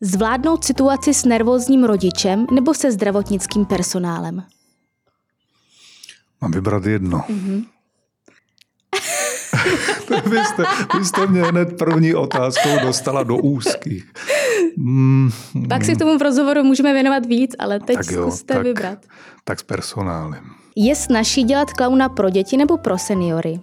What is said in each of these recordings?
Zvládnout situaci s nervózním rodičem nebo se zdravotnickým personálem? Mám vybrat jedno. Mm-hmm. Vy jste mě hned první otázkou dostala do úzkých. Pak si k tomu v rozhovoru můžeme věnovat víc, ale teď zkuste vybrat. Tak s personálem. Je snazší dělat klauna pro děti nebo pro seniory?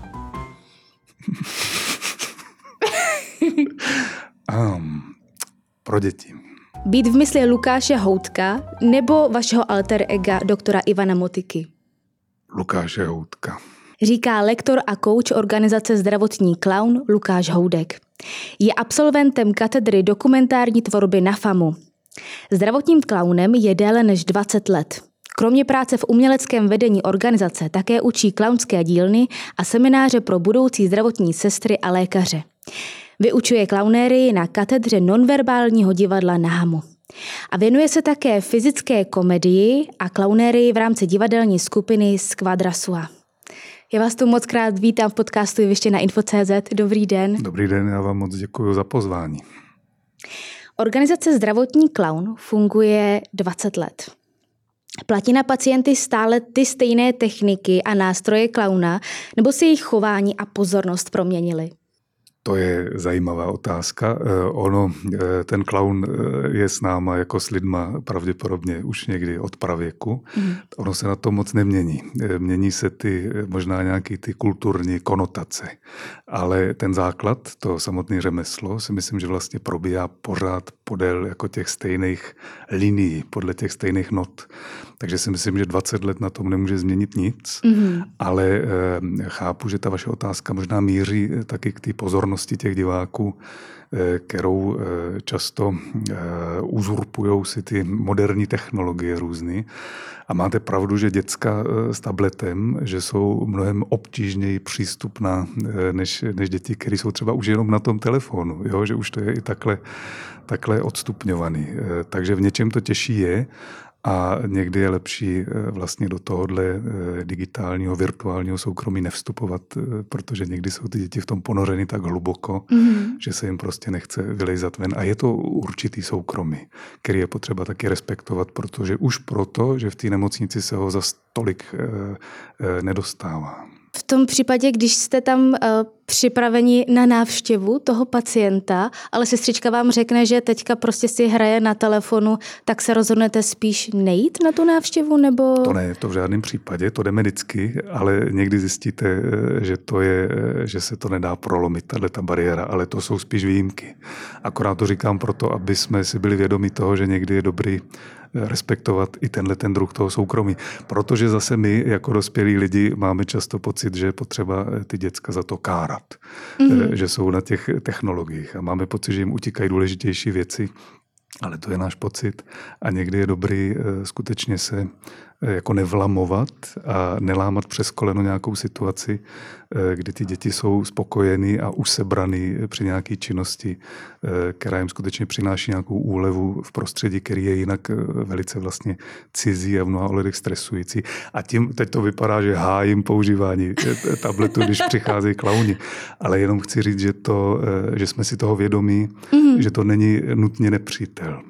Pro děti. Být v mysli Lukáše Houtka nebo vašeho alter ega doktora Ivana Motiky? Lukáše Houtka. Říká lektor a kouč organizace Zdravotní klaun Lukáš Houdek. Je absolventem katedry dokumentární tvorby na FAMu. Zdravotním klaunem je déle než 20 let. Kromě práce v uměleckém vedení organizace také učí klaunské dílny a semináře pro budoucí zdravotní sestry a lékaře. Vyučuje klaunérii na katedře nonverbálního divadla na Hamu. A věnuje se také fyzické komedii a klaunérii v rámci divadelní skupiny Squadra Sua. Já vás tu moc krát vítám v podcastu Jeviště na Info.cz. Dobrý den. Dobrý den, já vám moc děkuji za pozvání. Organizace Zdravotní klaun funguje 20 let. Platí na pacienty stále ty stejné techniky a nástroje klauna, nebo se jejich chování a pozornost proměnily? To je zajímavá otázka. Ten klaun je s náma jako s lidma pravděpodobně už někdy od pravěku. Ono se na to moc nemění. Mění se možná nějaký ty kulturní konotace. Ale ten základ, to samotné řemeslo, si myslím, že vlastně probíhá pořád podél jako těch stejných linií, podle těch stejných not. Takže si myslím, že 20 let na tom nemůže změnit nic, ale chápu, že ta vaše otázka možná míří taky k té pozornosti těch diváků, kterou často uzurpujou si ty moderní technologie různý. A máte pravdu, že děcka s tabletem, že jsou mnohem obtížněji přístupná než děti, které jsou třeba už jenom na tom telefonu, jo? Že už to je i takhle odstupňovaný. Takže v něčem to těžší je, a někdy je lepší vlastně do tohohle digitálního, virtuálního soukromí nevstupovat, protože někdy jsou ty děti v tom ponořeny tak hluboko, že se jim prostě nechce vylejzat ven. A je to určitý soukromí, který je potřeba taky respektovat, protože už proto, že v té nemocnici se ho za tolik nedostává. V tom případě, když jste tam připraveni na návštěvu toho pacienta, ale sestřička vám řekne, že teďka prostě si hraje na telefonu, tak se rozhodnete spíš nejít na tu návštěvu, nebo? To ne, to v žádném případě, to jde medicky, ale někdy zjistíte, že se to nedá prolomit, ta bariéra, ale to jsou spíš výjimky. Akorát to říkám proto, aby jsme si byli vědomi toho, že někdy je dobrý respektovat i ten druh toho soukromí. Protože zase my, jako dospělí lidi, máme často pocit, že je potřeba ty děcka za to kárat. Že jsou na těch technologiích a máme pocit, že jim utíkají důležitější věci, ale to je náš pocit a někdy je dobrý skutečně se jako nevlamovat a nelámat přes koleno nějakou situaci, kdy ty děti jsou spokojený a usebraný při nějaké činnosti, která jim skutečně přináší nějakou úlevu v prostředí, který je jinak velice vlastně cizí a v mnoha ohledech stresující. A tím teď to vypadá, že hájím používání tabletu, když přicházejí klauni. Ale jenom chci říct, že jsme si toho vědomí, že to není nutně nepřítel.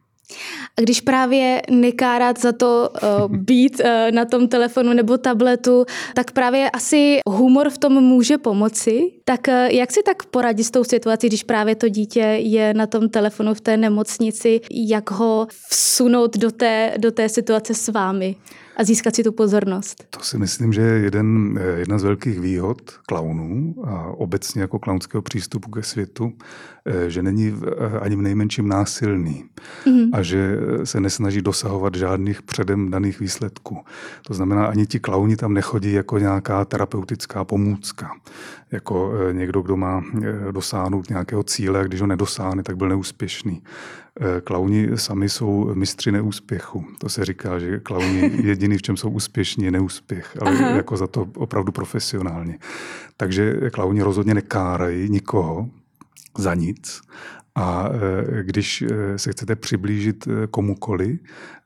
A když právě nekárat za to být na tom telefonu nebo tabletu, tak právě asi humor v tom může pomoci. Tak jak si tak poradit s tou situací, když právě to dítě je na tom telefonu v té nemocnici, jak ho vsunout do té situace s vámi a získat si tu pozornost? To si myslím, že je jedna z velkých výhod klaunů a obecně jako klaunského přístupu ke světu, že není ani v nejmenším násilný a že se nesnaží dosahovat žádných předem daných výsledků. To znamená, ani ti klauni tam nechodí jako nějaká terapeutická pomůcka, jako někdo, kdo má dosáhnout nějakého cíle a když ho nedosáhne, tak byl neúspěšný. Klauni sami jsou mistři neúspěchu. To se říká, že klauni jediný, v čem jsou úspěšní, je neúspěch, ale jako za to opravdu profesionálně. Takže klauni rozhodně nekárají nikoho za nic. A když se chcete přiblížit komukoli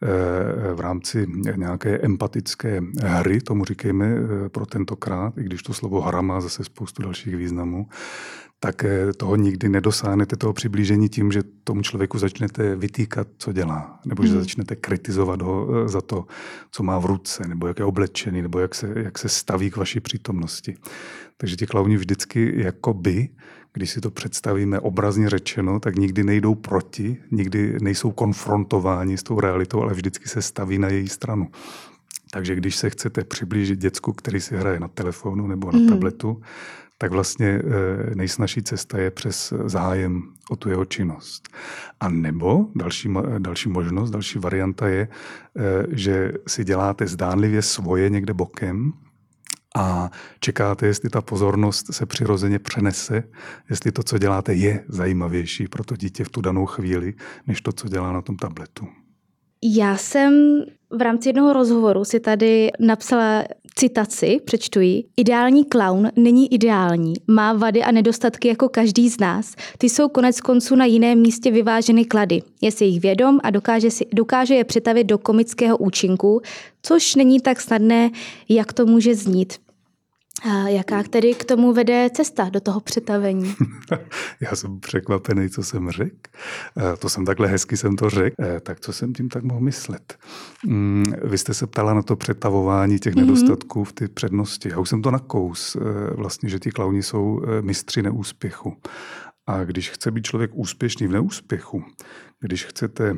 v rámci nějaké empatické hry, tomu říkejme pro tentokrát, i když to slovo hra má zase spoustu dalších významů, tak toho nikdy nedosáhnete, toho přiblížení tím, že tomu člověku začnete vytýkat, co dělá, nebo že začnete kritizovat ho za to, co má v ruce, nebo jak je oblečený, nebo jak se staví k vaší přítomnosti. Takže ti klauni vždycky jakoby, když si to představíme obrazně řečeno, tak nikdy nejdou proti, nikdy nejsou konfrontováni s tou realitou, ale vždycky se staví na její stranu. Takže když se chcete přiblížit děcku, který si hraje na telefonu nebo na tabletu, tak vlastně nejsnažší cesta je přes zájem o tu jeho činnost. A nebo další možnost, další varianta je, že si děláte zdánlivě svoje někde bokem a čekáte, jestli ta pozornost se přirozeně přenese, jestli to, co děláte, je zajímavější pro to dítě v tu danou chvíli, než to, co dělá na tom tabletu. Já jsem v rámci jednoho rozhovoru si tady napsala citaci, přečtu ji. Ideální klaun není ideální, má vady a nedostatky jako každý z nás. Ty jsou konec konců na jiném místě vyváženy klady. Je si jich vědom a dokáže je přetavit do komického účinku, což není tak snadné, jak to může znít. A jaká tedy k tomu vede cesta do toho přetavení? Já jsem překvapený, co jsem řekl. To jsem takhle hezky jsem to řekl. Tak co jsem tím tak mohl myslet? Vy jste se ptala na to přetavování těch nedostatků v ty přednosti. Já už jsem to nakous, vlastně, že ti klauni jsou mistři neúspěchu. A když chce být člověk úspěšný v neúspěchu, když chcete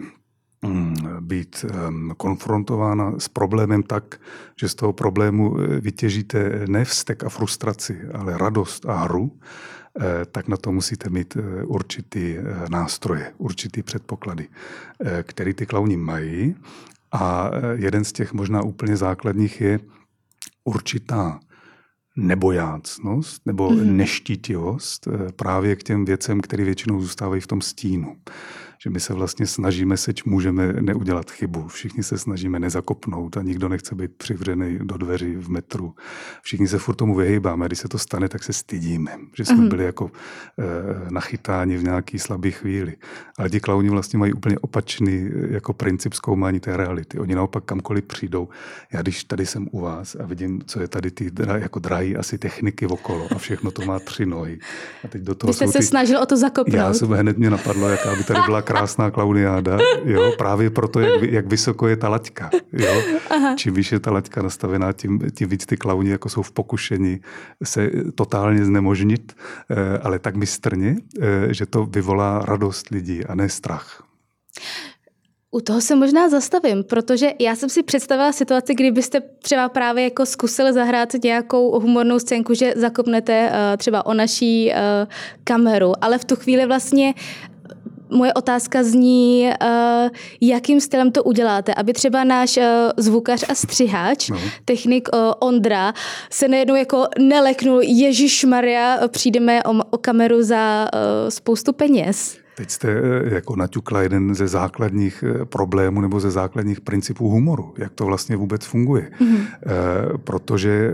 být konfrontována s problémem tak, že z toho problému vytěžíte ne vztek a frustraci, ale radost a hru, tak na to musíte mít určitý nástroje, určitý předpoklady, který ty klauni mají. A jeden z těch možná úplně základních je určitá nebojácnost nebo neštítivost právě k těm věcem, které většinou zůstávají v tom stínu. Že my se vlastně snažíme, seč můžeme neudělat chybu. Všichni se snažíme nezakopnout a nikdo nechce být přivřený do dveří v metru. Všichni se furt tomu vyhejbáme. Když se to stane, tak se stydíme, že jsme byli jako nachytáni v nějaký slabý chvíli. Ale ti klauni vlastně mají úplně opačný jako princip zkoumání té reality. Oni naopak kamkoliv přijdou. Já když tady jsem u vás a vidím, co je tady ty jako drahý asi techniky okolo a všechno to má 3 nohy. A teď do toho jste se snažil o to zakopnout. Já jsem hned mě napadlo, jaká by tady byla krásná klauniáda, jo, právě proto, jak vysoko je ta laťka. Jo. Čím výš je ta laťka nastavená, tím víc ty klauni jako jsou v pokušení se totálně znemožnit, ale tak mistrně, že to vyvolá radost lidí a ne strach. U toho se možná zastavím, protože já jsem si představila situaci, kdybyste třeba právě jako zkusili zahrát nějakou humornou scénku, že zakopnete třeba o naší kameru, ale v tu chvíli vlastně moje otázka zní, jakým stylem to uděláte, aby třeba náš zvukař a střihač, technik Ondra, se nejednou jako neleknul, ježišmarja, přijdeme o kameru za spoustu peněz. Teď jste jako naťukla jeden ze základních problémů nebo ze základních principů humoru, jak to vlastně vůbec funguje. Protože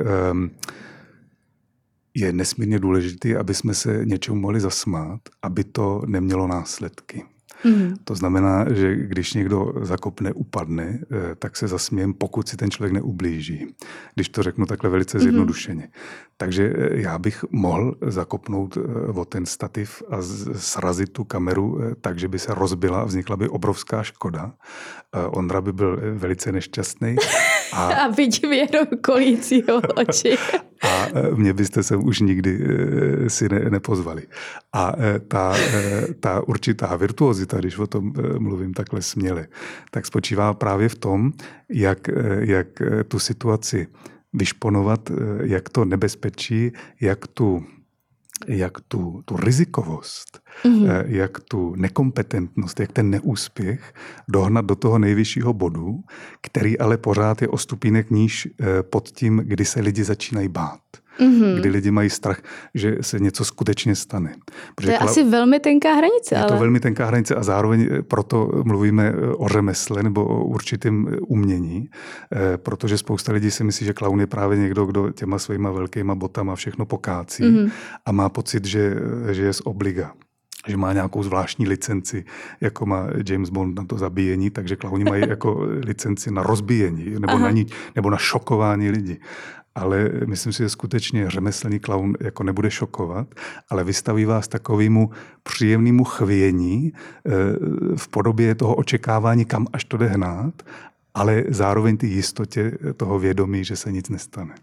je nesmírně důležité, aby jsme se něčemu mohli zasmát, aby to nemělo následky. To znamená, že když někdo zakopne, upadne, tak se zasmějem, pokud si ten člověk neublíží. Když to řeknu takhle velice zjednodušeně. Takže já bych mohl zakopnout o ten stativ a srazit tu kameru tak, že by se rozbila a vznikla by obrovská škoda. Ondra by byl velice nešťastný. A vidím jenom kolícího oči. A mě byste sem už nikdy si nepozvali. A ta určitá virtuozita, když o tom mluvím takhle směle, tak spočívá právě v tom, jak tu situaci vyšponovat, jak to nebezpečí, jak tu rizikovost, jak tu nekompetentnost, jak ten neúspěch dohnat do toho nejvyššího bodu, který ale pořád je o stupínek níž pod tím, kdy se lidi začínají bát. Kdy lidi mají strach, že se něco skutečně stane. Protože to je asi velmi tenká hranice. Je to velmi tenká hranice a zároveň proto mluvíme o řemesle nebo o určitém umění, protože spousta lidí si myslí, že klaun je právě někdo, kdo těma svýma velkýma botama všechno pokácí a má pocit, že je z obliga. Že má nějakou zvláštní licenci, jako má James Bond na to zabíjení, takže klauni mají jako licenci na rozbíjení nebo na šokování lidí. ale myslím si, že skutečně řemeslný klaun jako nebude šokovat, ale vystaví vás takovému příjemnému chvění v podobě toho očekávání, kam až to jde hnát, ale zároveň ty jistotě toho vědomí, že se nic nestane.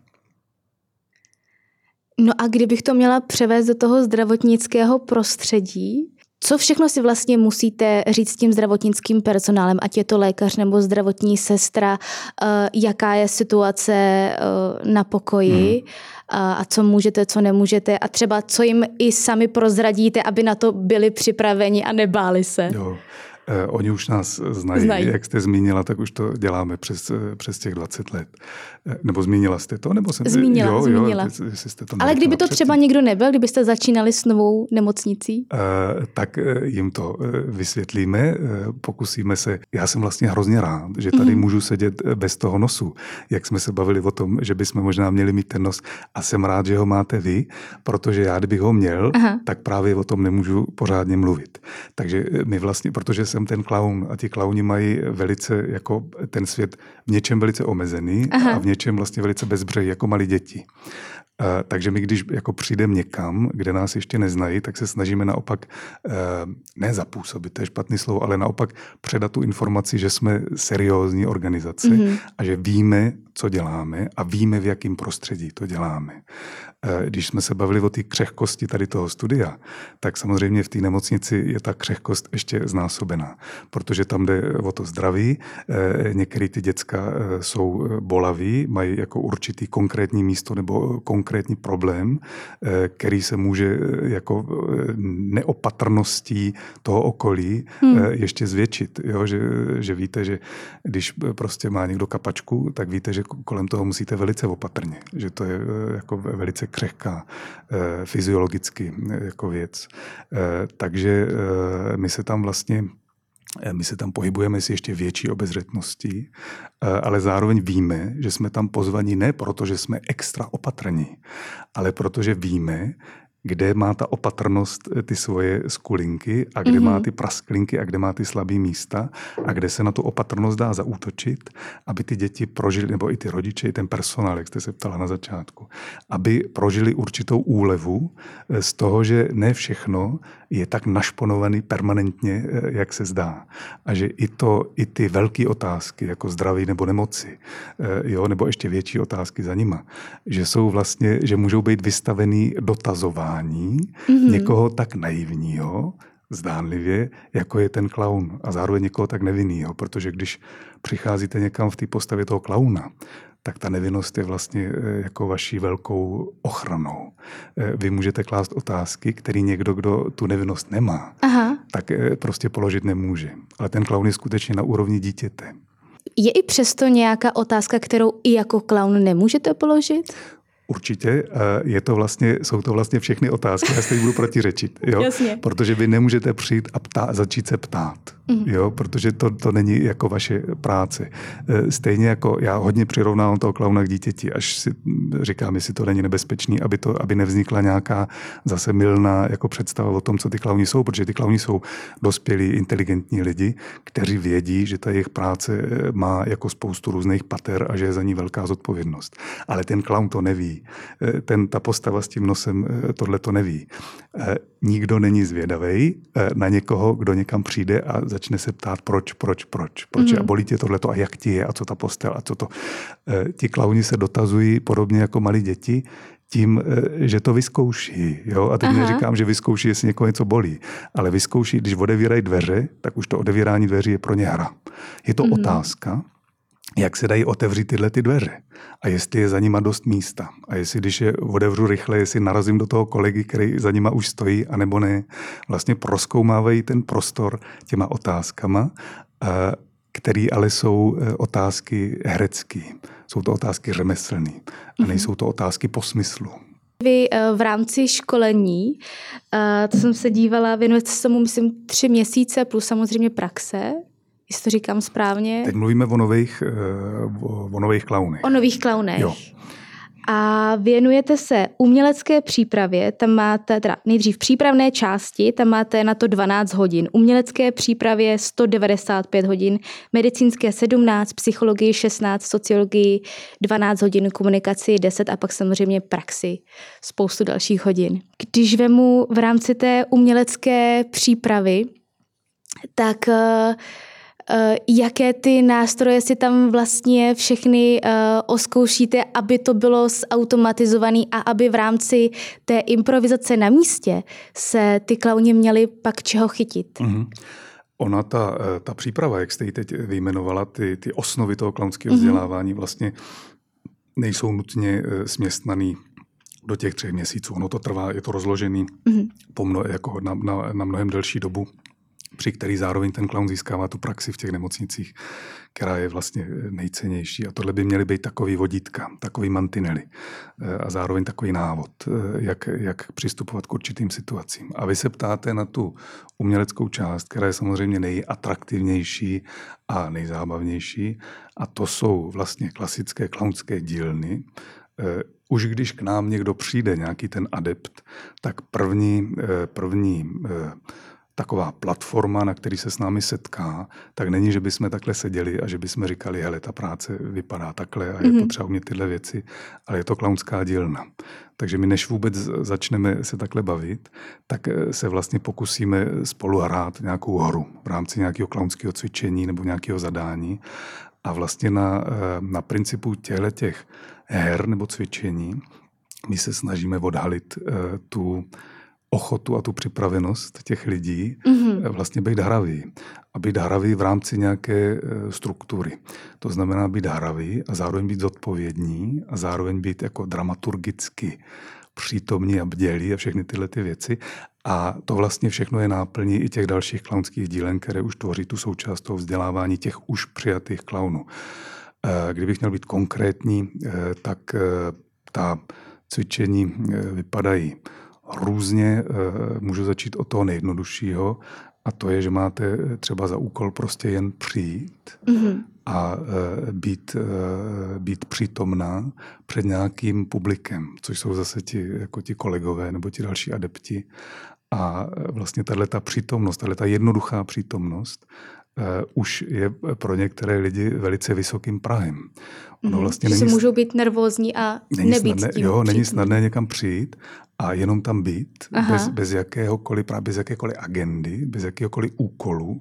No a kdybych to měla převést do toho zdravotnického prostředí, co všechno si vlastně musíte říct s tím zdravotnickým personálem, ať je to lékař nebo zdravotní sestra, jaká je situace na pokoji a co můžete, co nemůžete a třeba co jim i sami prozradíte, aby na to byli připraveni a nebáli se. Jo. Oni už nás znají. Jak jste zmínila, tak už to děláme přes těch 20 let. Nebo zmínila jste to? Nebo jsem... Zmínila. Jste to ale kdyby to třeba někdo nebyl, kdybyste začínali s novou nemocnicí? Tak jim to vysvětlíme, pokusíme se. Já jsem vlastně hrozně rád, že tady můžu sedět bez toho nosu. Jak jsme se bavili o tom, že bychom možná měli mít ten nos a jsem rád, že ho máte vy, protože já, kdybych ho měl, tak právě o tom nemůžu pořádně mluvit. Takže my vlastně, protože jsem ten klaun a ti klauni mají velice jako ten svět v něčem velice omezený a v něčem vlastně velice bezbřehý, jako malí děti. Takže my, když jako přijdeme někam, kde nás ještě neznají, tak se snažíme naopak ne zapůsobit, to je špatný slovo, ale naopak předat tu informaci, že jsme seriózní organizace a že víme, co děláme a víme, v jakém prostředí to děláme. Když jsme se bavili o té křehkosti tady toho studia, tak samozřejmě v té nemocnici je ta křehkost ještě znásobená, protože tam jde o to zdraví. Některé ty děcka jsou bolaví, mají jako určitý konkrétní místo nebo konkrétní problém, který se může jako neopatrností toho okolí ještě zvětšit. Jo? Že víte, že když prostě má někdo kapačku, tak víte, že kolem toho musíte velice opatrně, že to je jako velice křehká fyziologicky jako věc. Takže my se tam pohybujeme s ještě větší obezřetností, ale zároveň víme, že jsme tam pozvaní ne proto, že jsme extra opatrní, ale protože víme, kde má ta opatrnost ty svoje skulinky a kde má ty prasklinky a kde má ty slabý místa a kde se na tu opatrnost dá zaútočit, aby ty děti prožili, nebo i ty rodiče, i ten personál, jak jste se ptala na začátku, aby prožili určitou úlevu z toho, že ne všechno je tak našponovaný permanentně, jak se zdá. A že i ty velké otázky, jako zdraví nebo nemoci, jo, nebo ještě větší otázky za nima, že jsou vlastně, že můžou být vystavený dotazování někoho tak naivního, zdánlivě, jako je ten klaun a zároveň někoho tak nevinnýho, protože když přicházíte někam v té postavě toho klauna, tak ta nevinnost je vlastně jako vaší velkou ochranou. Vy můžete klást otázky, který někdo, kdo tu nevinnost nemá, tak prostě položit nemůže. Ale ten klaun je skutečně na úrovni dítěte. Je i přesto nějaká otázka, kterou i jako klaun nemůžete položit? Určitě. Jsou to vlastně všechny otázky. Já se budu protiřečit. Jo? Jasně. Protože vy nemůžete přijít a začít se ptát. Jo? Protože to není jako vaše práce. Stejně jako já hodně přirovnávám toho klauna k dítěti, až si říkám, jestli to není nebezpečný, aby nevznikla nějaká zase mylná jako představa o tom, co ty klauni jsou, protože ty klauni jsou dospělí, inteligentní lidi, kteří vědí, že ta jejich práce má jako spoustu různých pater a že je za ní velká zodpovědnost. Ale ten klaun to neví. Ta postava s tím nosem tohle to neví. Nikdo není zvědavej na někoho, kdo někam přijde a začne se ptát proč a bolí tě tohleto a jak ti je a co ta postel a co to. Ti klauni se dotazují podobně jako malí děti tím, že to vyzkouší. Jo? A teď neříkám, že vyzkouší, jestli někoho něco bolí, ale vyzkouší, když odevírají dveře, tak už to odevírání dveří je pro ně hra. Je to otázka, jak se dají otevřít tyhle ty dveře a jestli je za nima dost místa a jestli, když je otevřu rychle, jestli narazím do toho kolegy, který za nima už stojí, anebo ne. Vlastně prozkoumávají ten prostor těma otázkama, které ale jsou otázky herecký. Jsou to otázky řemeslný a nejsou to otázky po smyslu. Vy v rámci školení, to jsem se dívala, věnujete se tomu, myslím, 3 měsíce plus samozřejmě praxe, jestli to říkám správně. Teď mluvíme o nových klaunech. O nových klaunech. Jo. A věnujete se umělecké přípravě, tam máte teda nejdřív přípravné části, tam máte na to 12 hodin, umělecké přípravě 195 hodin, medicínské 17, psychologii 16, sociologii 12 hodin, komunikaci 10 a pak samozřejmě praxi spoustu dalších hodin. Když vemu v rámci té umělecké přípravy, tak jaké ty nástroje si tam vlastně všechny oskoušíte, aby to bylo zautomatizované a aby v rámci té improvizace na místě se ty klauni měli pak čeho chytit? Mm-hmm. Ona, ta příprava, jak jste ji teď vyjmenovala, ty osnovy toho klaunského vzdělávání vlastně nejsou nutně směstnaný do těch 3 měsíců. Ono to trvá, je to rozložený jako na mnohem delší dobu, při který zároveň ten klaun získává tu praxi v těch nemocnicích, která je vlastně nejcennější. A tohle by měly být takový vodítka, takový mantinely a zároveň takový návod, jak přistupovat k určitým situacím. A vy se ptáte na tu uměleckou část, která je samozřejmě nejatraktivnější a nejzábavnější. A to jsou vlastně klasické klaunské dílny. Už když k nám někdo přijde, nějaký ten adept, tak první taková platforma, na který se s námi setká, tak není, že bychom takhle seděli a že bychom říkali, hele, ta práce vypadá takhle a je potřeba umět tyhle věci, ale je to klaunská dílna. Takže my než vůbec začneme se takhle bavit, tak se vlastně pokusíme spolu hrát nějakou hru v rámci nějakého klaunského cvičení nebo nějakého zadání a vlastně na principu těch her nebo cvičení my se snažíme odhalit tu ochotu a tu připravenost těch lidí vlastně být hraví. A být hraví v rámci nějaké struktury. To znamená být hraví a zároveň být zodpovědní a zároveň být jako dramaturgicky přítomní a bdělí a všechny tyhle ty věci. A to vlastně všechno je náplní i těch dalších klaunských dílen, které už tvoří tu součást toho vzdělávání těch už přijatých klaunů. Kdybych měl být konkrétní, tak ta cvičení vypadají různě. Můžu začít od toho nejjednoduššího a to je, že máte třeba za úkol prostě jen přijít a být přítomná před nějakým publikem, což jsou zase ti kolegové nebo ti další adepti. A vlastně tato přítomnost, tato jednoduchá přítomnost už je pro některé lidi velice vysokým prahem. Ono vlastně že si můžou být nervózní a nebýt snadné, tím není snadné někam přijít a jenom tam být, bez jakékoliv agendy, bez jakéhokoliv úkolu,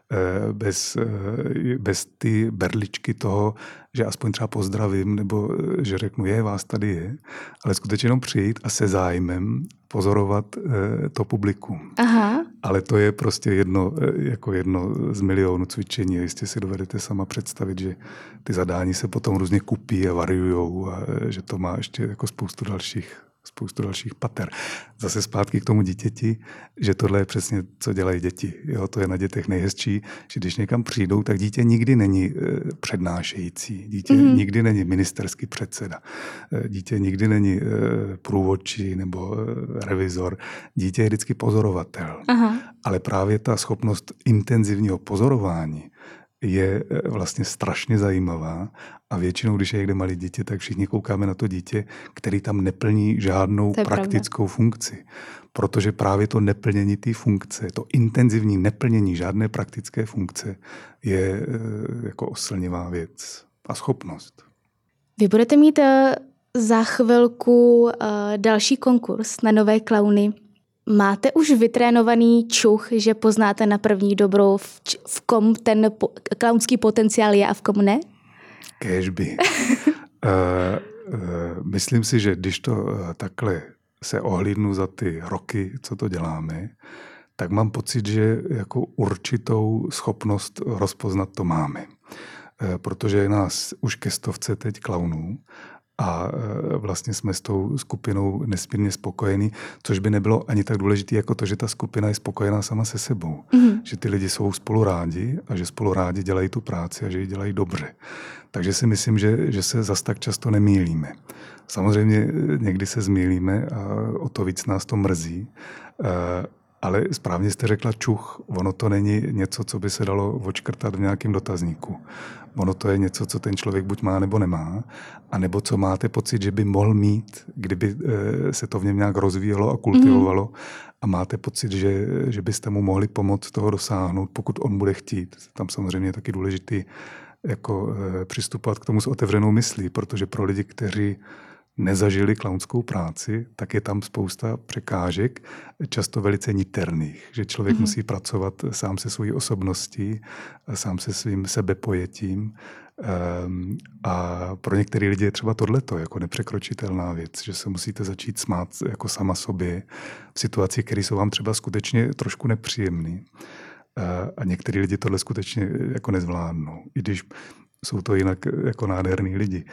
bez ty berličky toho, že aspoň třeba pozdravím, nebo že řeknu, vás tady je, ale skutečně jenom přijít a se zájmem pozorovat to publikum. Aha. Ale to je prostě jedno z milionů cvičení. Jistě si dovedete sama představit, že ty zadání se potom různě kupí a variujou a že to má ještě jako spoustu dalších pater. Zase zpátky k tomu dítěti, že tohle je přesně, co dělají děti. Jo, to je na dětech nejhezčí, že když někam přijdou, tak dítě nikdy není přednášející. Dítě nikdy není ministerský předseda. Dítě nikdy není průvodčí nebo revizor. Dítě je vždycky pozorovatel. Aha. Ale právě ta schopnost intenzivního pozorování je vlastně strašně zajímavá a většinou, když je někde malé dítě, tak všichni koukáme na to dítě, který tam neplní žádnou praktickou funkci. Protože právě to neplnění té funkce, to intenzivní neplnění žádné praktické funkce je jako oslnivá věc a schopnost. Vy budete mít za chvilku další konkurs na nové klauny. Máte už vytrénovaný čuch, že poznáte na první dobrou, v kom ten klaunský potenciál je a v kom ne? Kéžby. Myslím si, že když to takhle se ohlídnu za ty roky, co to děláme, tak mám pocit, že jako určitou schopnost rozpoznat to máme. Protože je nás už ke 100 teď klaunů a vlastně jsme s tou skupinou nesmírně spokojení, což by nebylo ani tak důležité jako to, že ta skupina je spokojená sama se sebou. Že ty lidi jsou spolu rádi a že spolu rádi dělají tu práci a že ji dělají dobře. Takže si myslím, že se zas tak často nemýlíme. Samozřejmě někdy se zmýlíme a o to víc nás to mrzí. Ale správně jste řekla čuch. Ono to není něco, co by se dalo odškrtat v nějakém dotazníku. Ono to je něco, co ten člověk buď má nebo nemá, anebo co máte pocit, že by mohl mít, kdyby se to v něm nějak rozvíjelo a kultivovalo a máte pocit, že byste mu mohli pomoct toho dosáhnout, pokud on bude chtít. Tam samozřejmě je taky důležitý jako přistupovat k tomu s otevřenou myslí, protože pro lidi, kteří nezažili klaunskou práci, tak je tam spousta překážek, často velice niterných, že člověk musí pracovat sám se svojí osobností, sám se svým sebepojetím. A pro některé lidi je třeba tohleto jako nepřekročitelná věc, že se musíte začít smát jako sama sobě v situaci, které jsou vám třeba skutečně trošku nepříjemné. A některý lidi tohle skutečně jako nezvládnou. I když jsou to jinak jako nádherný lidi.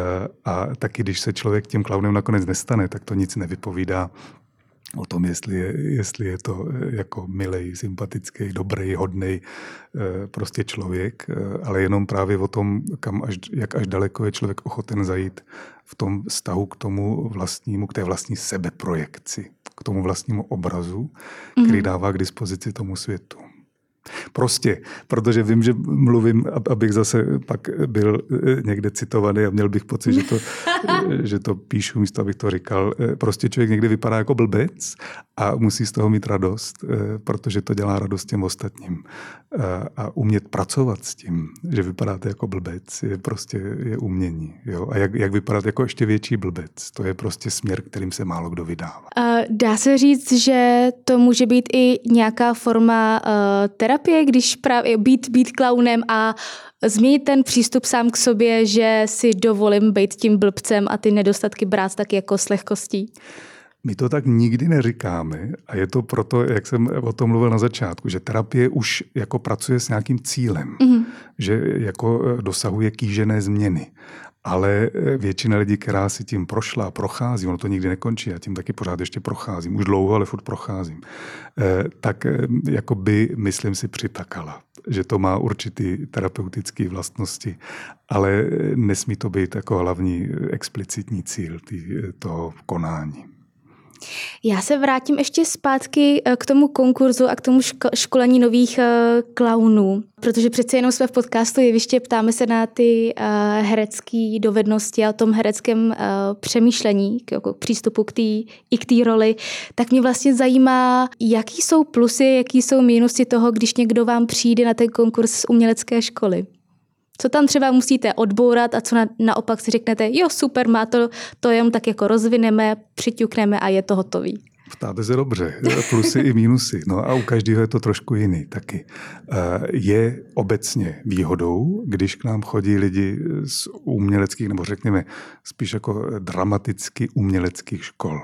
A taky, když se člověk tím klaunem nakonec nestane, tak to nic nevypovídá o tom, jestli je to jako milej, sympatický, dobrý, hodnej prostě člověk, ale jenom právě o tom, jak až daleko je člověk ochoten zajít v tom vztahu k tomu vlastnímu, k té vlastní sebeprojekci, k tomu vlastnímu obrazu, který dává k dispozici tomu světu. Prostě, protože vím, že mluvím, abych zase pak byl někde citovaný a měl bych pocit, že to píšu místo, abych to říkal. Prostě člověk někdy vypadá jako blbec a musí z toho mít radost, protože to dělá radost těm ostatním. A umět pracovat s tím, že vypadáte jako blbec, je umění. Jo? A jak vypadat jako ještě větší blbec, to je prostě směr, kterým se málo kdo vydává. Dá se říct, že to může být i nějaká forma terapie, když právě být klaunem a změnit ten přístup sám k sobě, že si dovolím být tím blbcem a ty nedostatky brát tak jako s lehkostí? My to tak nikdy neříkáme a je to proto, jak jsem o tom mluvil na začátku, že terapie už jako pracuje s nějakým cílem, že jako dosahuje kýžené změny. Ale většina lidí, která si tím prošla a prochází, ono to nikdy nekončí, já tím taky pořád ještě procházím, už dlouho, ale furt procházím, tak jako by, myslím si, přitakala, že to má určitý terapeutický vlastnosti, ale nesmí to být jako hlavní explicitní cíl toho konání. Já se vrátím ještě zpátky k tomu konkurzu a k tomu školení nových klaunů, protože přece jenom jsme v podcastu Jeviště, ptáme se na ty herecké dovednosti a o tom hereckém přemýšlení, k přístupu k té roli. Tak mě vlastně zajímá, jaký jsou plusy, jaký jsou mínusy toho, když někdo vám přijde na ten konkurs z umělecké školy. Co tam třeba musíte odbourat a co naopak si řeknete, jo super, má to jenom tak jako rozvineme, přiťukneme a je to hotový. Ptáte se dobře, plusy i mínusy. No a u každého je to trošku jiný taky. Je obecně výhodou, když k nám chodí lidi z uměleckých, nebo řekněme spíš jako dramaticky uměleckých škol.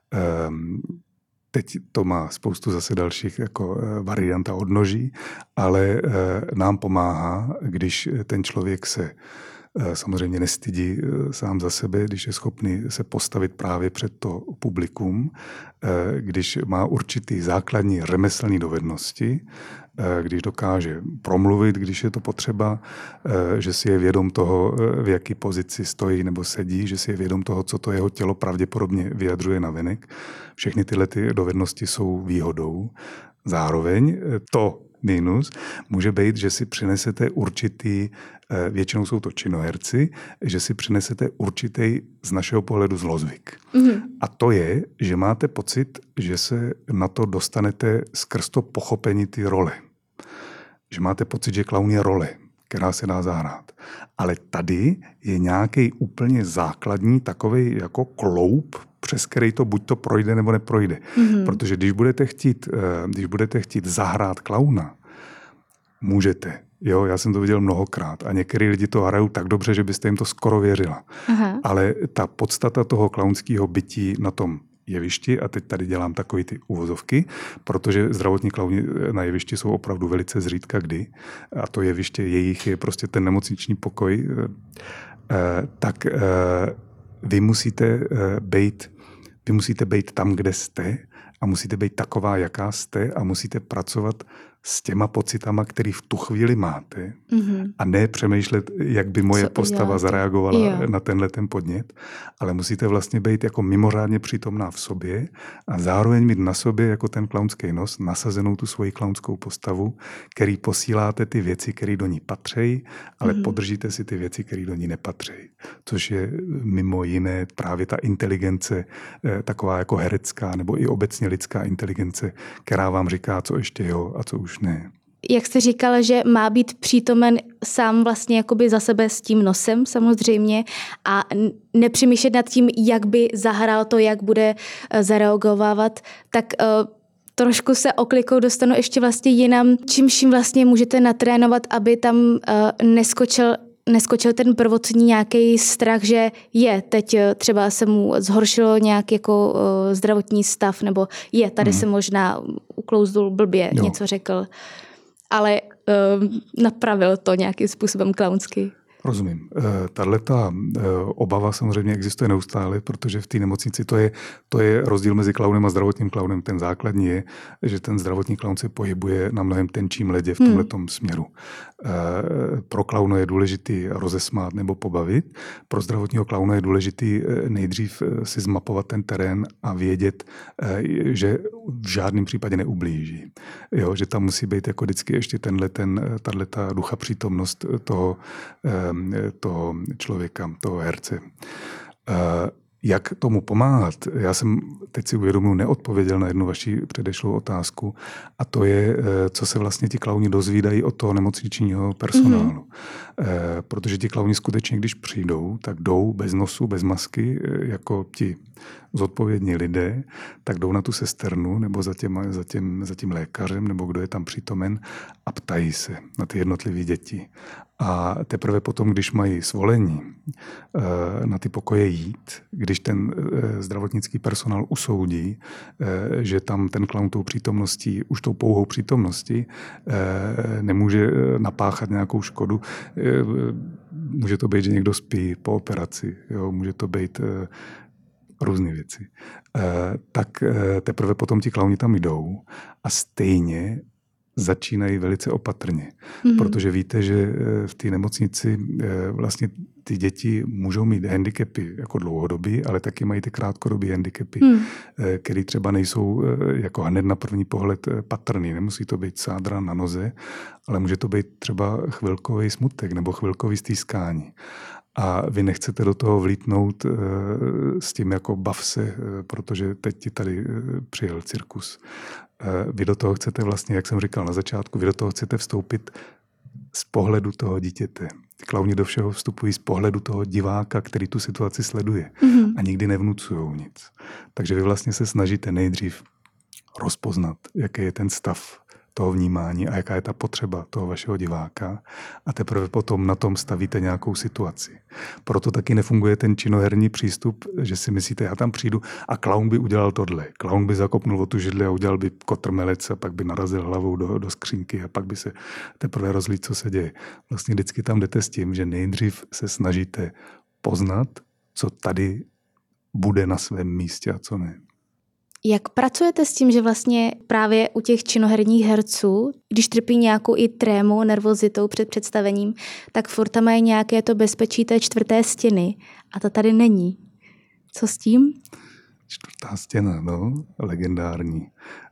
Teď to má spoustu zase dalších jako variant a odnoží, ale nám pomáhá, když ten člověk se samozřejmě nestydí sám za sebe, když je schopný se postavit právě před to publikum, když má určitý základní řemeslné dovednosti, když dokáže promluvit, když je to potřeba, že si je vědom toho, v jaký pozici stojí nebo sedí, že si je vědom toho, co to jeho tělo pravděpodobně vyjadřuje navenek. Všechny tyhle ty dovednosti jsou výhodou. Zároveň to minus může být, že si přinesete určitý, většinou jsou to činoherci, že si přinesete určitý z našeho pohledu zlozvyk. A to je, že máte pocit, že se na to dostanete skrz to pochopení ty role. Že máte pocit, že klaun je role, která se dá zahrát. Ale tady je nějaký úplně základní takovej jako kloup, přes který to buď to projde, nebo neprojde. Protože když budete chtít zahrát klauna, můžete. Jo, já jsem to viděl mnohokrát a některý lidi to hrajou tak dobře, že byste jim to skoro věřila. Aha. Ale ta podstata toho klaunského bytí na tom jevišti, a teď tady dělám takový ty uvozovky, protože zdravotní klauni na jevišti jsou opravdu velice zřídka kdy, a to jeviště jejich je prostě ten nemocniční pokoj, tak vy musíte být tam, kde jste, a musíte být taková, jaká jste, a musíte pracovat s těma pocitama, který v tu chvíli máte a ne přemýšlet, jak by moje postava zareagovala na tenhle ten podnět, ale musíte vlastně být jako mimořádně přítomná v sobě a zároveň mít na sobě jako ten klaunský nos nasazenou tu svoji klaunskou postavu, který posíláte ty věci, které do ní patří, ale podržíte si ty věci, které do ní nepatří. Což je mimo jiné právě ta inteligence, taková jako herecká nebo i obecně lidská inteligence, která vám říká, co ještě jo a co už ne. Jak jste říkal, že má být přítomen sám vlastně jakoby za sebe s tím nosem samozřejmě a nepřemýšlet nad tím, jak by zahrál to, jak bude zareagovávat, tak trošku se oklikou dostanu ještě vlastně jinam, čímž vlastně můžete natrénovat, aby tam neskočil ten prvotní nějaký strach, že teď třeba se mu zhoršilo nějak jako zdravotní stav, nebo tady se možná uklouznul blbě, něco řekl, ale napravil to nějakým způsobem klaunsky. Rozumím. Tato obava samozřejmě existuje neustále, protože v té nemocnici to je rozdíl mezi klaunem a zdravotním klaunem. Ten základní je, že ten zdravotní klaun se pohybuje na mnohem tenčím ledě v tomhletom směru. Pro klauna je důležitý rozesmát nebo pobavit. Pro zdravotního klauna je důležitý nejdřív si zmapovat ten terén a vědět, že v žádném případě neublíží. Jo, že tam musí být jako vždycky ještě tato ducha přítomnost toho člověka, toho herce. Jak tomu pomáhat? Já jsem teď si uvědomuji, neodpověděl na jednu vaši předešlou otázku a to je, co se vlastně ti klauni dozvídají od toho nemocničního personálu. Protože ti klauni skutečně, když přijdou, tak jdou bez nosu, bez masky, jako ti zodpovědní lidé, tak jdou na tu sesternu nebo za tím lékařem, nebo kdo je tam přítomen a ptají se na ty jednotlivé děti. A teprve potom, když mají svolení na ty pokoje jít, když ten zdravotnický personál usoudí, že tam ten klaun tou přítomností, už tou pouhou přítomností nemůže napáchat nějakou škodu. Může to být, že někdo spí po operaci, jo? Může to být různé věci. Tak teprve potom ti klauni tam jdou a stejně začínají velice opatrně. Protože víte, že v té nemocnici vlastně ty děti můžou mít handicapy jako dlouhodobí, ale taky mají ty krátkodobí handicapy, které třeba nejsou jako hned na první pohled patrný. Nemusí to být sádra na noze, ale může to být třeba chvilkový smutek nebo chvilkový stýskání. A vy nechcete do toho vlítnout s tím jako bav se, protože teď ti tady přijel cirkus. Vy do toho chcete vlastně, jak jsem říkal na začátku, vy do toho chcete vstoupit z pohledu toho dítěte. Ty klauni do všeho vstupují z pohledu toho diváka, který tu situaci sleduje a nikdy nevnucujou nic. Takže vy vlastně se snažíte nejdřív rozpoznat, jaký je ten stav toho vnímání a jaká je ta potřeba toho vašeho diváka a teprve potom na tom stavíte nějakou situaci. Proto taky nefunguje ten činoherní přístup, že si myslíte, já tam přijdu a klaun by udělal tohle. Klaun by zakopnul o tu židli a udělal by kotrmelec a pak by narazil hlavou do skřínky a pak by se teprve rozlít, co se děje. Vlastně vždycky tam jdete s tím, že nejdřív se snažíte poznat, co tady bude na svém místě a co ne. Jak pracujete s tím, že vlastně právě u těch činoherních herců, když trpí nějakou i trémou, nervozitou před představením, tak furt tam mají nějaké to bezpečí té čtvrté stěny a ta tady není. Co s tím? Čtvrtá stěna, legendární.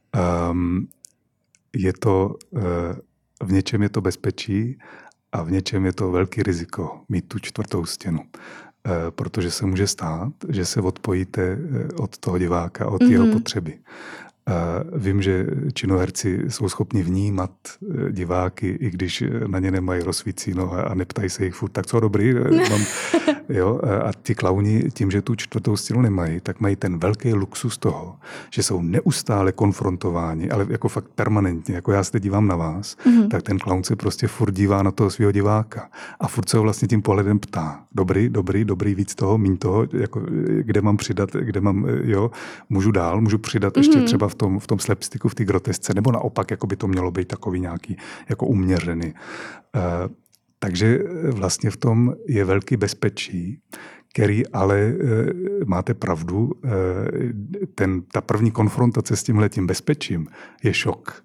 Je to, v něčem je to bezpečí a v něčem je to velký riziko mít tu čtvrtou stěnu. Protože se může stát, že se odpojíte od toho diváka, od jeho potřeby. Vím, že činoherci jsou schopni vnímat diváky, i když na ně nemají rozsvícíno a neptají se jich furt, tak co dobrý. Jo? A ti klauni tím, že tu čtvrtou stěnu nemají, tak mají ten velký luxus toho, že jsou neustále konfrontováni, ale jako fakt permanentně, jako já se dívám na vás, tak ten klaun se prostě furt dívá na toho svého diváka a furt se ho vlastně tím pohledem ptá. Dobrý, víc toho, míň toho, jako, kde mám přidat, kde mám, můžu dál, můžu přidat ještě třeba v tom slapsticku, v té grotesce, nebo naopak, jako by to mělo být takový nějaký jako uměřený. Takže vlastně v tom je velký bezpečí, který ale, máte pravdu, ta první konfrontace s tímhletím bezpečím je šok.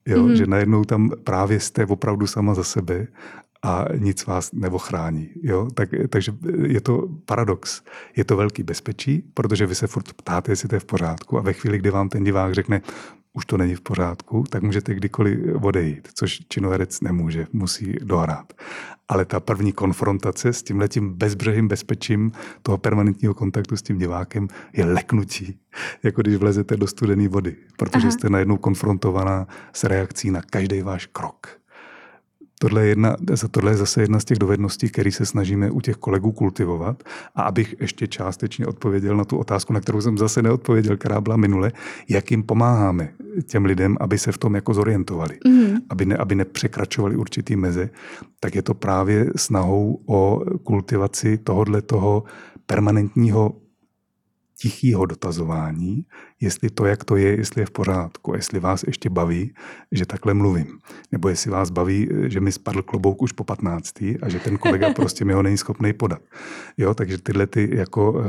Jo? Že najednou tam právě jste opravdu sama za sebe a nic vás neochrání. Jo? Takže je to paradox. Je to velký bezpečí, protože vy se furt ptáte, jestli to je v pořádku a ve chvíli, kdy vám ten divák řekne, už to není v pořádku, tak můžete kdykoliv odejít, což činoherec nemůže, musí dohrát. Ale ta první konfrontace s tímhletím bezbřehým bezpečím toho permanentního kontaktu s tím divákem je leknutí, jako když vlezete do studené vody, protože jste najednou konfrontovaná s reakcí na každý váš krok. Tohle je zase jedna z těch dovedností, které se snažíme u těch kolegů kultivovat. A abych ještě částečně odpověděl na tu otázku, na kterou jsem zase neodpověděl, která byla minule, jak jim pomáháme těm lidem, aby se v tom jako zorientovali, aby nepřekračovali určitý meze, tak je to právě snahou o kultivaci toho permanentního tichého dotazování, jestli to, jak to je, jestli je v pořádku, jestli vás ještě baví, že takhle mluvím. Nebo jestli vás baví, že mi spadl klobouk už po 15. a že ten kolega prostě mi ho není schopný podat. Jo, takže tyhle ty jako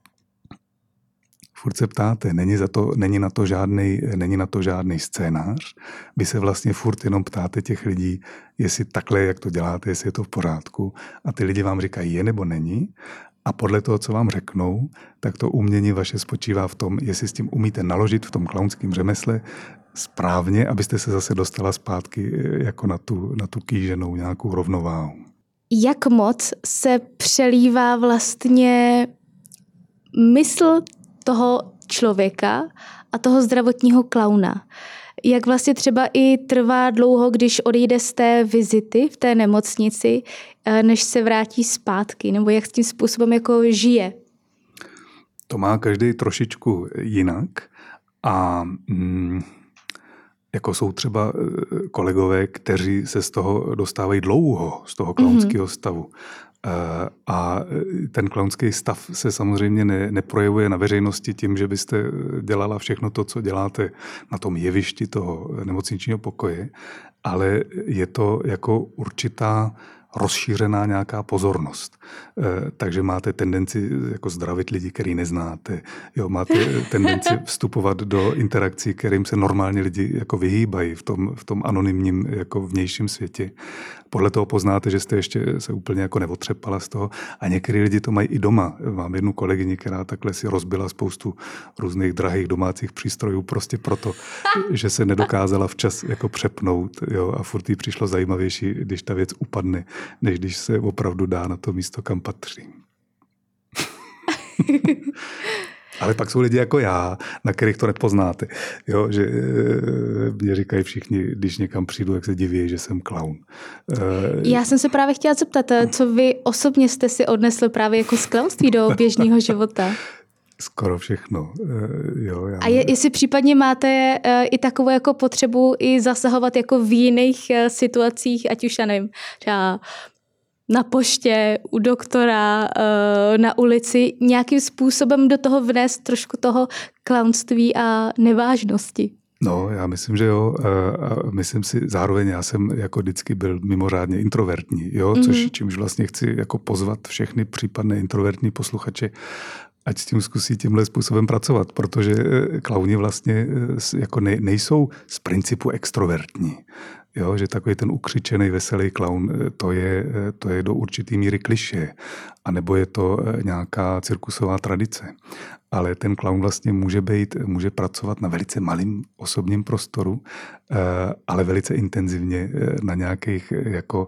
furt se ptáte, není na to žádný scénář. Vy se vlastně furt jenom ptáte těch lidí, jestli takhle, jak to děláte, jestli je to v pořádku. A ty lidi vám říkají je nebo není. A podle toho, co vám řeknou, tak to umění vaše spočívá v tom, jestli s tím umíte naložit v tom klaunském řemesle správně, abyste se zase dostala zpátky jako na tu kýženou nějakou rovnováhu. Jak moc se přelívá vlastně mysl toho člověka a toho zdravotního klauna? Jak vlastně třeba i trvá dlouho, když odejde z té vizity v té nemocnici, než se vrátí zpátky? Nebo jak s tím způsobem jako žije? To má každý trošičku jinak. A jako jsou třeba kolegové, kteří se z toho dostávají dlouho, z toho klaunského stavu. A ten klaunský stav se samozřejmě neprojevuje na veřejnosti tím, že byste dělala všechno to, co děláte na tom jevišti toho nemocničního pokoje, ale je to jako určitá rozšířená nějaká pozornost. Takže máte tendenci jako zdravit lidi, který neznáte. Jo, máte tendenci vstupovat do interakcí, kterým se normálně lidi jako vyhýbají v tom anonymním jako vnějším světě. Podle toho poznáte, že jste ještě se úplně jako neotřepala z toho. A některý lidi to mají i doma. Mám jednu kolegyni, která takhle si rozbila spoustu různých drahých domácích přístrojů prostě proto, že se nedokázala včas jako přepnout. Jo, a furt jí přišlo zajímavější, když ta věc upadne, než když se opravdu dá na to místo, kam patří. Ale pak jsou lidi jako já, na kterých to nepoznáte. Jo, že mě říkají všichni, když někam přijdu, jak se diví, že jsem klaun. Já jsem se právě chtěla zeptat, co vy osobně jste si odnesl právě jako z klaunství do běžného života? Skoro všechno. Jo, a jestli případně máte i takovou jako potřebu i zasahovat jako v jiných situacích, ať už, já nevím, třeba na poště, u doktora, na ulici, nějakým způsobem do toho vnést trošku toho klaunství a nevážnosti? No, já myslím, že jo. A myslím si, zároveň já jsem jako vždycky byl mimořádně introvertní, jo, čímž vlastně chci jako pozvat všechny případné introvertní posluchače, ať s tím zkusí tímhle způsobem pracovat, protože klauni vlastně jako nejsou z principu extrovertní. Jo, že takový ten ukřičený, veselý klaun, to je do určitý míry klišé, anebo je to nějaká cirkusová tradice. Ale ten klaun vlastně může pracovat na velice malém osobním prostoru, ale velice intenzivně na nějakých jako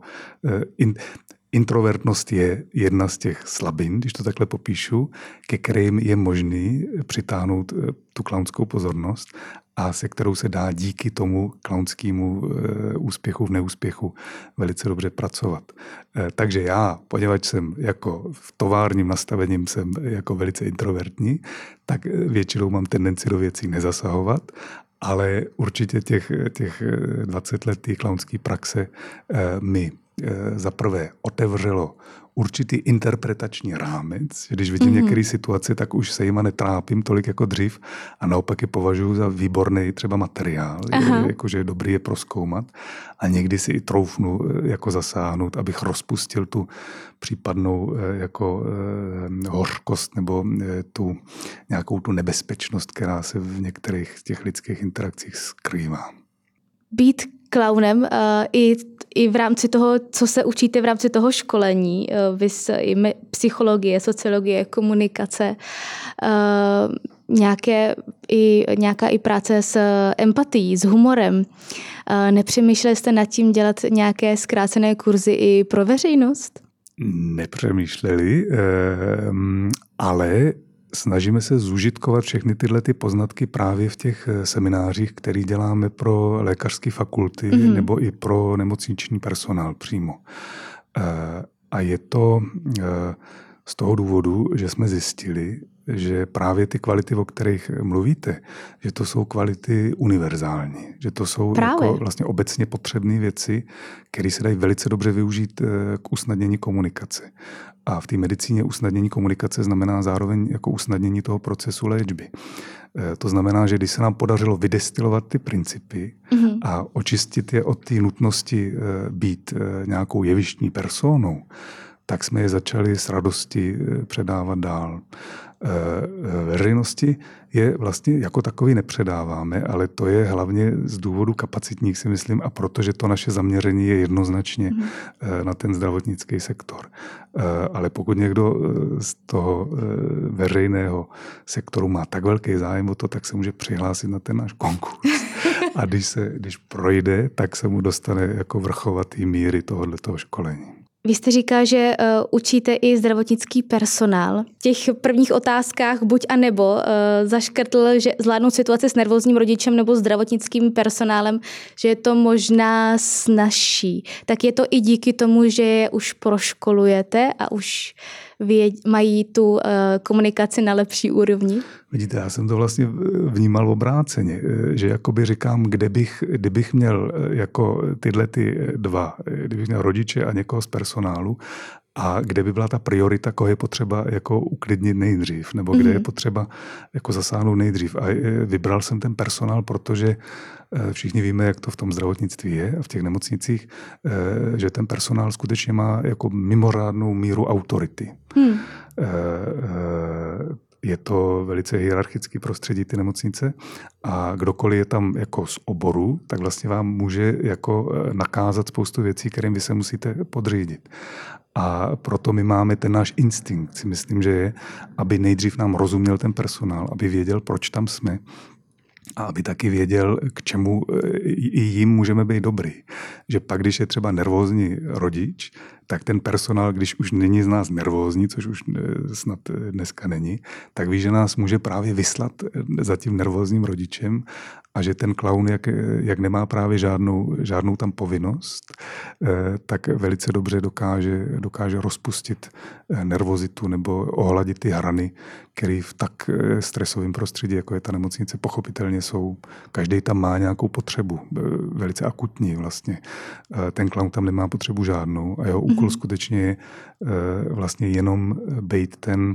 introvertnost je jedna z těch slabin, když to takhle popíšu, ke kterým je možný přitáhnout tu klaunskou pozornost a se kterou se dá díky tomu klaunskému úspěchu v neúspěchu velice dobře pracovat. Takže já, poněvadž jsem jako v továrním nastavením jsem jako velice introvertní, tak většinou mám tendenci do věcí nezasahovat, ale určitě těch 20 let klaunské praxe mi za prvé otevřelo určitý interpretační rámec. Když vidím některé situace, tak už se jima netrápím tolik jako dřív a naopak je považuji za výborný třeba materiál, jakože je dobrý je prozkoumat a někdy si i troufnu jako zasáhnout, abych rozpustil tu případnou jako hořkost nebo nějakou tu nebezpečnost, která se v některých těch lidských interakcích skrývá. být klaunem i v rámci toho, co se učíte v rámci toho školení, i psychologie, sociologie, komunikace, nějaká i práce s empatií, s humorem. Nepřemýšleli jste nad tím dělat nějaké zkrácené kurzy i pro veřejnost? Nepřemýšleli, ale snažíme se zužitkovat všechny tyhle ty poznatky právě v těch seminářích, které děláme pro lékařské fakulty nebo i pro nemocniční personál přímo. A je to z toho důvodu, že jsme zjistili, že právě ty kvality, o kterých mluvíte, že to jsou kvality univerzální, že to jsou jako vlastně obecně potřebné věci, které se dají velice dobře využít k usnadnění komunikace. A v té medicíně usnadnění komunikace znamená zároveň jako usnadnění toho procesu léčby. To znamená, že když se nám podařilo vydestilovat ty principy a očistit je od té nutnosti být nějakou jevištní personou, tak jsme je začali s radostí předávat dál. Veřejnosti je vlastně jako takový nepředáváme, ale to je hlavně z důvodu kapacitních, si myslím, a protože to naše zaměření je jednoznačně na ten zdravotnický sektor. Ale pokud někdo z toho veřejného sektoru má tak velký zájem o to, tak se může přihlásit na ten náš konkurs. A když projde, tak se mu dostane jako vrchovatý míry tohoto školení. Vy jste říkal, že učíte i zdravotnický personál. V těch prvních otázkách buď a nebo zaškrtl, že zvládnout situaci s nervózním rodičem nebo zdravotnickým personálem, že je to možná snazší. Tak je to i díky tomu, že je už proškolujete a už mají tu komunikaci na lepší úrovni? Vidíte, já jsem to vlastně vnímal obráceně, že jakoby říkám, kdybych měl jako tyhle ty dva, kdybych měl rodiče a někoho z personálu, a kde by byla ta priorita, koho je potřeba jako uklidnit nejdřív, nebo kde je potřeba jako zasáhnout nejdřív. A vybral jsem ten personál, protože všichni víme, jak to v tom zdravotnictví je a v těch nemocnicích, že ten personál skutečně má jako mimořádnou míru autority. Je to velice hierarchický prostředí, ty nemocnice, a kdokoliv je tam jako z oboru, tak vlastně vám může jako nakázat spoustu věcí, kterým vy se musíte podřídit. A proto my máme ten náš instinkt, si myslím, že je, aby nejdřív nám rozuměl ten personál, aby věděl, proč tam jsme, a aby taky věděl, k čemu i jim můžeme být dobrý. Že pak, když je třeba nervózní rodič, tak ten personál, když už není z nás nervózní, což už snad dneska není, tak ví, že nás může právě vyslat za tím nervózním rodičem a že ten klaun, jak nemá právě žádnou tam povinnost, tak velice dobře dokáže rozpustit nervozitu nebo ohladit ty hrany, které v tak stresovém prostředí, jako je ta nemocnice, pochopitelně jsou. Každý tam má nějakou potřebu, velice akutní vlastně. Ten klaun tam nemá potřebu žádnou a jeho úkol skutečně je vlastně jenom být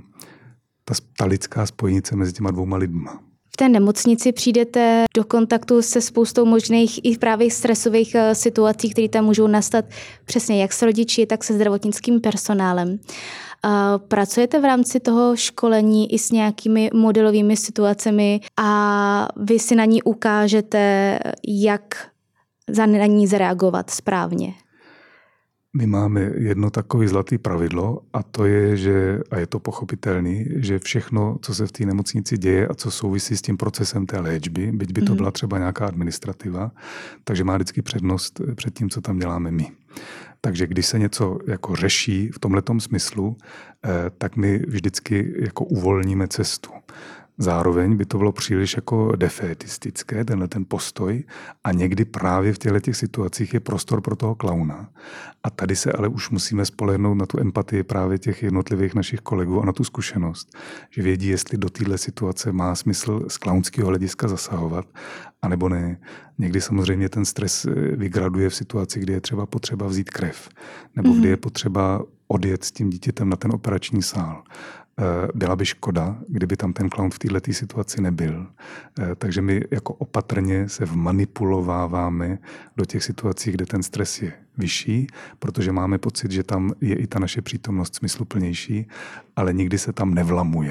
ta lidská spojnice mezi těma dvouma lidma. V té nemocnici přijdete do kontaktu se spoustou možných i právě stresových situací, které tam můžou nastat přesně jak s rodiči, tak se zdravotnickým personálem. Pracujete v rámci toho školení i s nějakými modelovými situacemi a vy si na ní ukážete, jak na ní zareagovat správně? My máme jedno takové zlaté pravidlo a to je, a je to pochopitelný, že všechno, co se v té nemocnici děje a co souvisí s tím procesem té léčby, byť by to byla třeba nějaká administrativa, takže má vždycky přednost před tím, co tam děláme my. Takže když se něco jako řeší v tomhletom smyslu, tak my vždycky jako uvolníme cestu. Zároveň by to bylo příliš jako defétistické, ten postoj, a někdy právě v těchto situacích je prostor pro toho klauna. A tady se ale už musíme spolehnout na tu empatii právě těch jednotlivých našich kolegů a na tu zkušenost, že vědí, jestli do téhle situace má smysl z klaunského hlediska zasahovat, anebo ne. Někdy samozřejmě ten stres vygraduje v situaci, kdy je třeba potřeba vzít krev, nebo kdy je potřeba odjet s tím dítětem na ten operační sál. Byla by škoda, kdyby tam ten klaun v této situaci nebyl. Takže my jako opatrně se vmanipulováváme do těch situací, kde ten stres je vyšší, protože máme pocit, že tam je i ta naše přítomnost smysluplnější, ale nikdy se tam nevlamujeme.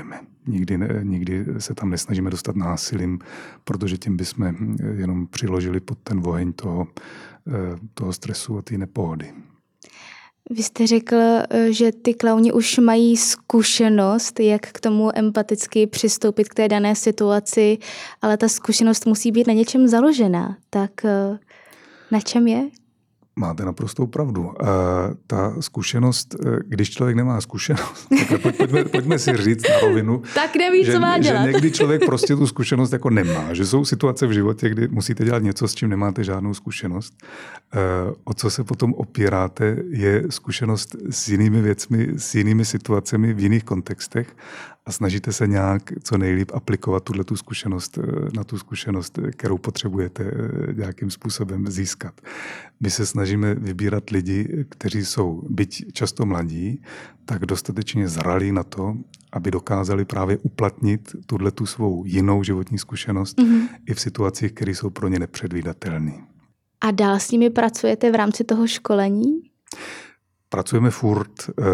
Nikdy se tam nesnažíme dostat násilím, protože tím bychom jenom přiložili pod ten oheň toho stresu a té nepohody. Vy jste řekl, že ty klauni už mají zkušenost, jak k tomu empaticky přistoupit k té dané situaci, ale ta zkušenost musí být na něčem založená. Tak na čem je? Máte naprostou pravdu. Ta zkušenost, když člověk nemá zkušenost, pojďme si říct na rovinu, tak neví, co má dělat. Že někdy člověk prostě tu zkušenost jako nemá. Že jsou situace v životě, kdy musíte dělat něco, s čím nemáte žádnou zkušenost. O co se potom opíráte, je zkušenost s jinými věcmi, s jinými situacemi v jiných kontextech a snažíte se nějak co nejlíp aplikovat tu zkušenost na tu zkušenost, kterou potřebujete nějakým způsobem získat. My se snažíme vybírat lidi, kteří jsou, byť často mladí, tak dostatečně zralí na to, aby dokázali právě uplatnit tu svou jinou životní zkušenost i v situacích, které jsou pro ně nepředvídatelné. A dál s nimi pracujete v rámci toho školení? Pracujeme furt,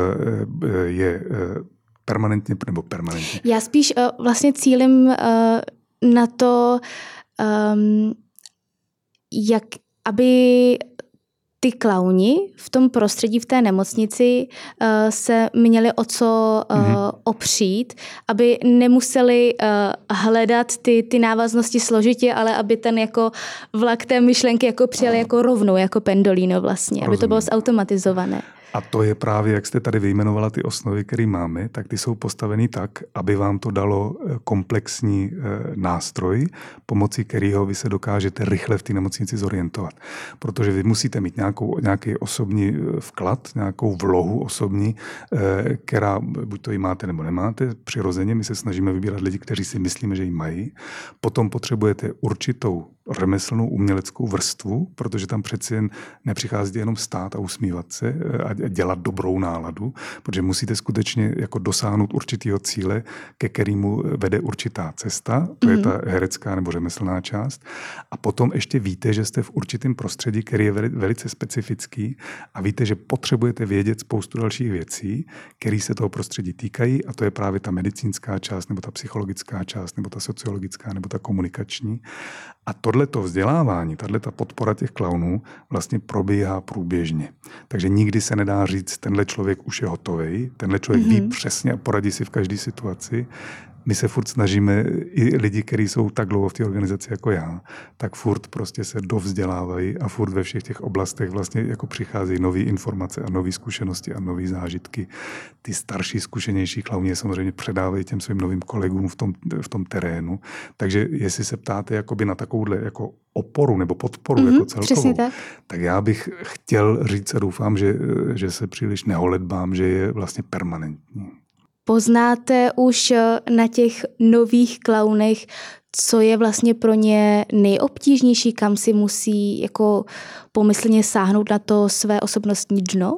permanentně. Já spíš vlastně cílím na to, jak aby ty klauni v tom prostředí, v té nemocnici se měli o co opřít, aby nemuseli hledat ty návaznosti složitě, ale aby ten jako vlak té myšlenky jako přijel jako rovnou, jako pendolino vlastně, aby to bylo zautomatizované. A to je právě, jak jste tady vyjmenovala ty osnovy, které máme, tak ty jsou postaveny tak, aby vám to dalo komplexní nástroj, pomocí kterého vy se dokážete rychle v té nemocnici zorientovat. Protože vy musíte mít nějaký osobní vklad, nějakou vlohu osobní, která buď to ji máte nebo nemáte. Přirozeně my se snažíme vybírat lidi, kteří si myslíme, že ji mají. Potom potřebujete určitou řemeslnou uměleckou vrstvu, protože tam přeci jen nepřichází jenom stát a usmívat se a dělat dobrou náladu, protože musíte skutečně jako dosáhnout určitého cíle, ke kterému vede určitá cesta, to je ta herecká nebo řemeslná část. A potom ještě víte, že jste v určitém prostředí, který je velice specifický a víte, že potřebujete vědět spoustu dalších věcí, které se toho prostředí týkají, a to je právě ta medicínská část, nebo ta psychologická část, nebo ta sociologická, nebo ta komunikační. A tohleto vzdělávání, tato podpora těch klaunů vlastně probíhá průběžně. Takže nikdy se nedá říct, tenhle člověk už je hotovej, tenhle člověk ví přesně a poradí si v každé situaci. My se furt snažíme, i lidi, kteří jsou tak dlouho v té organizaci jako já, tak furt prostě se dovzdělávají a furt ve všech těch oblastech vlastně jako přicházejí nové informace a nové zkušenosti a nové zážitky. Ty starší, zkušenější klauni samozřejmě předávají těm svým novým kolegům v tom terénu. Takže jestli se ptáte jakoby na takovouhle jako oporu nebo podporu jako celkovou, tak já bych chtěl říct a doufám, že se příliš neholedbám, že je vlastně permanentní. Poznáte už na těch nových klaunech, co je vlastně pro ně nejobtížnější, kam si musí jako pomyslně sáhnout na to své osobnostní dno?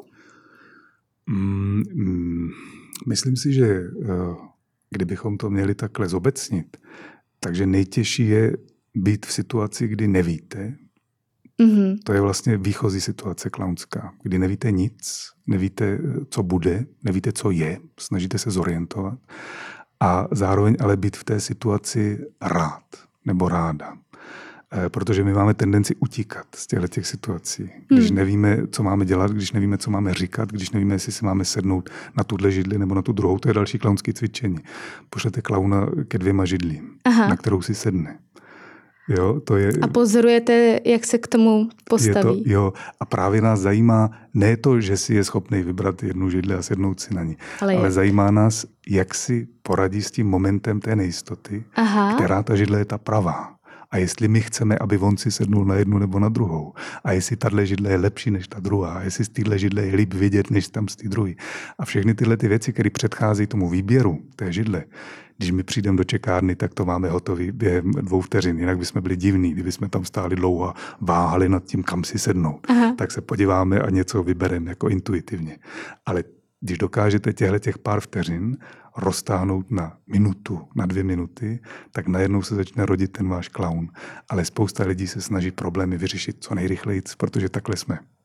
Myslím si, že kdybychom to měli takhle zobecnit, takže nejtěžší je být v situaci, kdy nevíte. To je vlastně výchozí situace klaunská, kdy nevíte nic, nevíte, co bude, nevíte, co je, snažíte se zorientovat a zároveň ale být v té situaci rád nebo ráda. Protože my máme tendenci utíkat z těchto situací. Když nevíme, co máme dělat, když nevíme, co máme říkat, když nevíme, jestli si máme sednout na tuhle židli nebo na tu druhou, to je další klaunské cvičení. Pošlete klauna ke 2 židlím, na kterou si sedne. Jo, to je, a pozorujete, jak se k tomu postaví. A právě nás zajímá ne to, že si je schopný vybrat jednu židli a sednout si na ní, ale zajímá nás, jak si poradí s tím momentem té nejistoty, která ta židle je ta pravá. A jestli my chceme, aby on si sednul na jednu nebo na druhou. A jestli tahle židle je lepší než ta druhá. A jestli z téhle židle je líp vidět, než tam z té druhé. A všechny tyhle ty věci, které předchází tomu výběru té židle, když my přijdeme do čekárny, tak to máme hotový během 2 vteřin. Jinak bychom byli divní, kdyby jsme tam stáli dlouho a váhali nad tím, kam si sednout. Tak se podíváme a něco vybereme jako intuitivně. Ale když dokážete těch pár vteřin roztáhnout na minutu, na 2 minuty, tak najednou se začne rodit ten váš klaun. Ale spousta lidí se snaží problémy vyřešit co nejrychleji, protože takhle jsme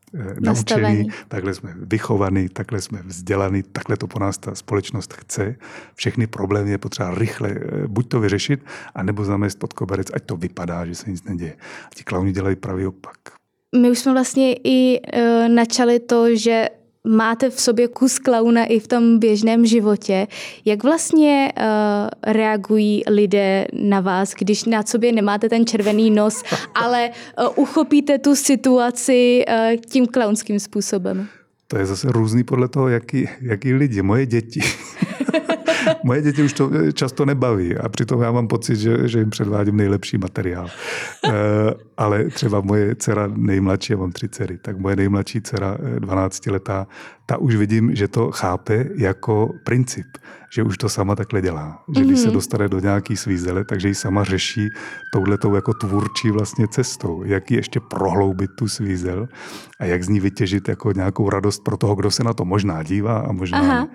naučení, takhle jsme vychovaní, takhle jsme vzdělaní, takhle to po nás ta společnost chce. Všechny problémy je potřeba rychle buď to vyřešit, anebo zamést pod koberec, ať to vypadá, že se nic neděje. A ti klauni dělají pravý opak. My už jsme vlastně i načali to, že máte v sobě kus klauna i v tom běžném životě. Jak vlastně reagují lidé na vás, když na sobě nemáte ten červený nos, ale uchopíte tu situaci tím klaunským způsobem? To je zase různý podle toho, jaký lidi. Moje děti. Moje děti už to často nebaví a přitom já mám pocit, že jim předvádím nejlepší materiál. Ale třeba moje dcera nejmladší, já mám 3 dcery, tak moje nejmladší dcera, 12letá, ta už vidím, že to chápe jako princip, že už to sama takhle dělá. Že když se dostane do nějaký svízele, takže ji sama řeší touhletou jako tvůrčí vlastně cestou, jak ji ještě prohloubit tu svízel a jak z ní vytěžit jako nějakou radost pro toho, kdo se na to možná dívá a možná ne.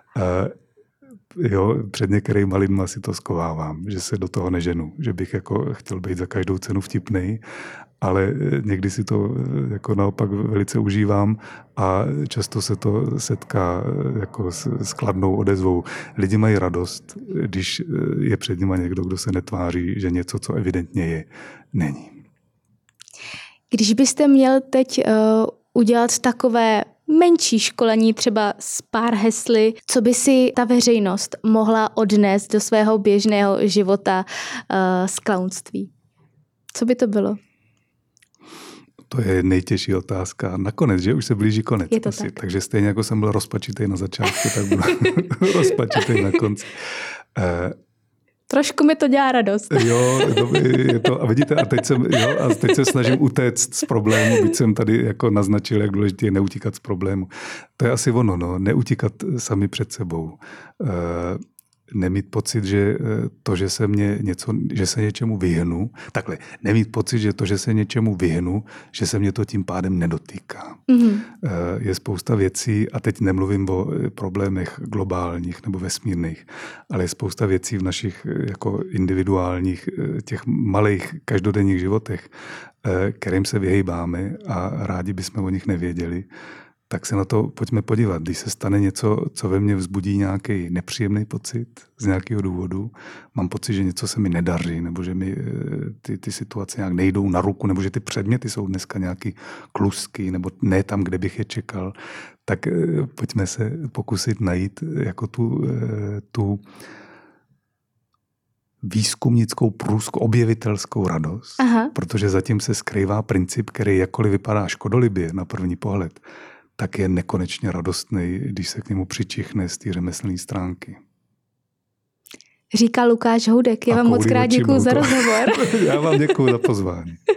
Jo, před některýma lidma si to skovávám, že se do toho neženu, že bych jako chtěl být za každou cenu vtipnej, ale někdy si to jako naopak velice užívám a často se to setká jako s kladnou odezvou. Lidi mají radost, když je před nima někdo, kdo se netváří, že něco, co evidentně je, není. Když byste měl teď udělat takové menší školení, třeba s pár hesly, co by si ta veřejnost mohla odnést do svého běžného života z klaunství? Co by to bylo? To je nejtěžší otázka. Nakonec, že už se blíží konec. Je to tak. Takže stejně jako jsem byl rozpačitej na začátku, tak budu rozpačitej na konci. Trošku mi to dělá radost. Jo, je to, a vidíte, a teď se snažím utéct z problému, byť jsem tady jako naznačil, jak důležité je neutíkat z problému. To je asi ono, no, neutíkat sami před sebou. Nemít pocit, že to, že se něčemu vyhnu, takhle, nemít pocit, že to, že se něčemu vyhnu, že se mě to tím pádem nedotýká. Je spousta věcí, a teď nemluvím o problémech globálních nebo vesmírných, ale je spousta věcí v našich jako individuálních, těch malých každodenních životech, kterým se vyhejbáme a rádi bychom o nich nevěděli. Tak se na to pojďme podívat. Když se stane něco, co ve mně vzbudí nějaký nepříjemný pocit z nějakého důvodu, mám pocit, že něco se mi nedaří, nebo že mi ty situace nějak nejdou na ruku, nebo že ty předměty jsou dneska nějaký klusky, nebo ne tam, kde bych je čekal, tak pojďme se pokusit najít jako tu výzkumnickou, objevitelskou radost, protože zatím se skrývá princip, který jakkoliv vypadá škodolibě na první pohled, tak je nekonečně radostný, když se k němu přičichne z té řemeslné stránky. Říká Lukáš Houdek. Já vám moc krát děkuju za rozhovor. Já vám děkuju za pozvání.